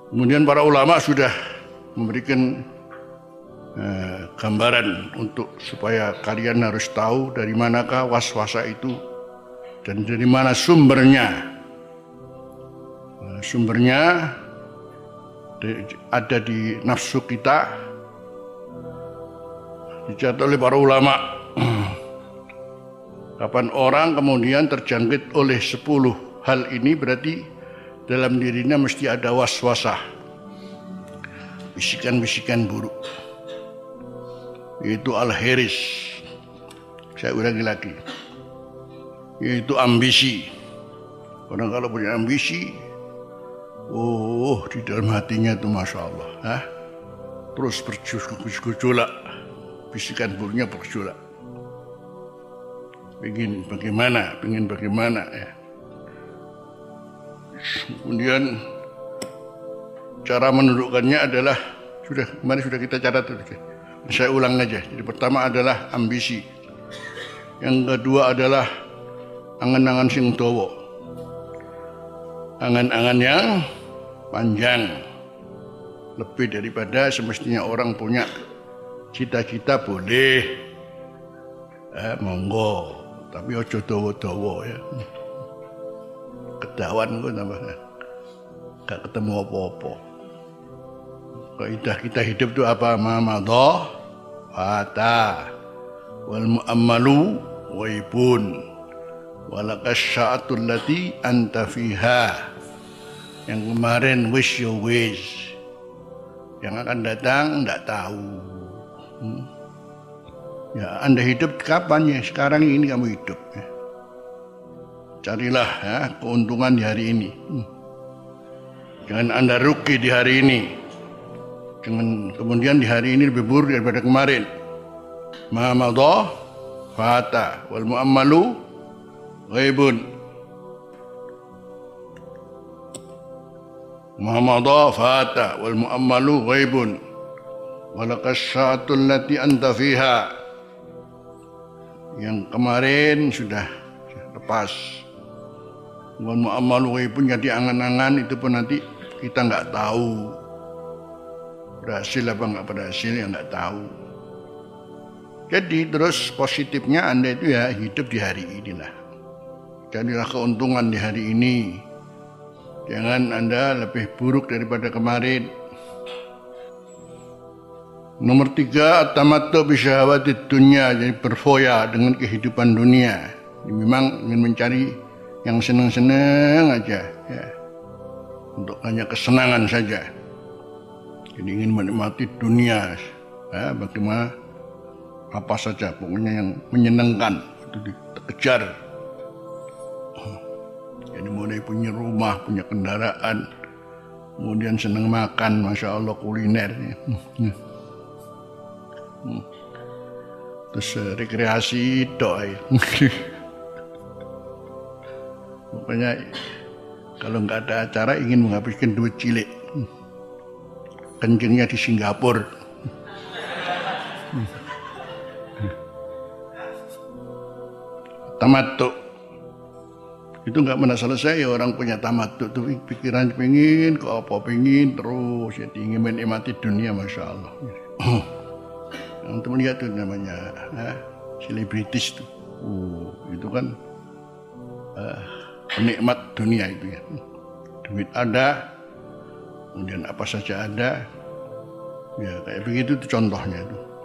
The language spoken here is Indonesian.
Kemudian para ulama sudah memberikan gambaran supaya kalian harus tahu dari manakah waswasa itu dan dari mana sumbernya. Sumbernya ada di nafsu kita, dicatat oleh para ulama. Kapan orang kemudian terjangkit oleh 10 hal ini, berarti dalam dirinya mesti ada waswasah, bisikan-bisikan buruk, yaitu al-hiris. Saya ulangi lagi, yaitu ambisi. Orang kalau punya ambisi, di dalam hatinya itu Masya Allah, terus bergejolak, bisikan buruknya bergejolak. Pengen bagaimana ya. Kemudian cara menundukkannya adalah kemarin sudah kita catat. Saya ulang aja. Jadi pertama adalah ambisi. Yang kedua adalah angan-angan sing dawa. Angan-angan yang panjang, lebih daripada semestinya orang punya. Cita-cita boleh, monggo, tapi ojo dawa-dawa ya. Kedawan kok tambah gak ketemu apa-apa. Kaidah kita hidup itu apa? Ma madha fata wal mu'ammalu waibun walakas sya'atul lati anta fiha. Yang kemarin wish you wish, yang akan datang enggak tahu. Ya, Anda hidup kapan ya? Sekarang ini kamu hidup ya. Carilah ya keuntungan di hari ini. Jangan Anda rugi di hari ini. Jangan kemudian di hari ini lebih buruk daripada kemarin. Ma madha fata wal mu'ammalu ghaibun. Ma madha fata wal mu'ammalu ghaibun. Walakas sya'atul lati anta fiha. Yang kemarin sudah lepas. Wal mu'ammalu ghaibun, jadi angan-angan itu pun nanti kita nggak tahu berhasil apa nggak berhasil, ya nggak tahu. Jadi terus positifnya Anda itu ya hidup di hari inilah. Jadilah keuntungan di hari ini. Jangan Anda lebih buruk daripada kemarin. Nomor 3, at-tamattu bi syahawatid dunya, jadi berfoya dengan kehidupan dunia. Memang ingin mencari yang senang-senang aja ya. Untuk hanya kesenangan saja. Jadi ingin menikmati dunia ya, bagaimana apa saja pokoknya yang menyenangkan itu dikejar. Jadi mulai punya rumah, punya kendaraan, kemudian senang makan, Masya Allah, kuliner ya. Terus rekreasi doi. Pokoknya kalau nggak ada acara ingin menghabiskan duit cilik, kencingnya di Singapura. Tamattu itu nggak pernah selesai ya, orang punya tamattu tuh pikiran pengen ke apa pengen terus ya, ingin menikmati dunia, Masya Allah. Untuk melihat tuh namanya selebritis tuh, itu kan penikmat dunia itu ya. Duit ada, kemudian apa saja ada, ya kayak begitu tuh contohnya tuh.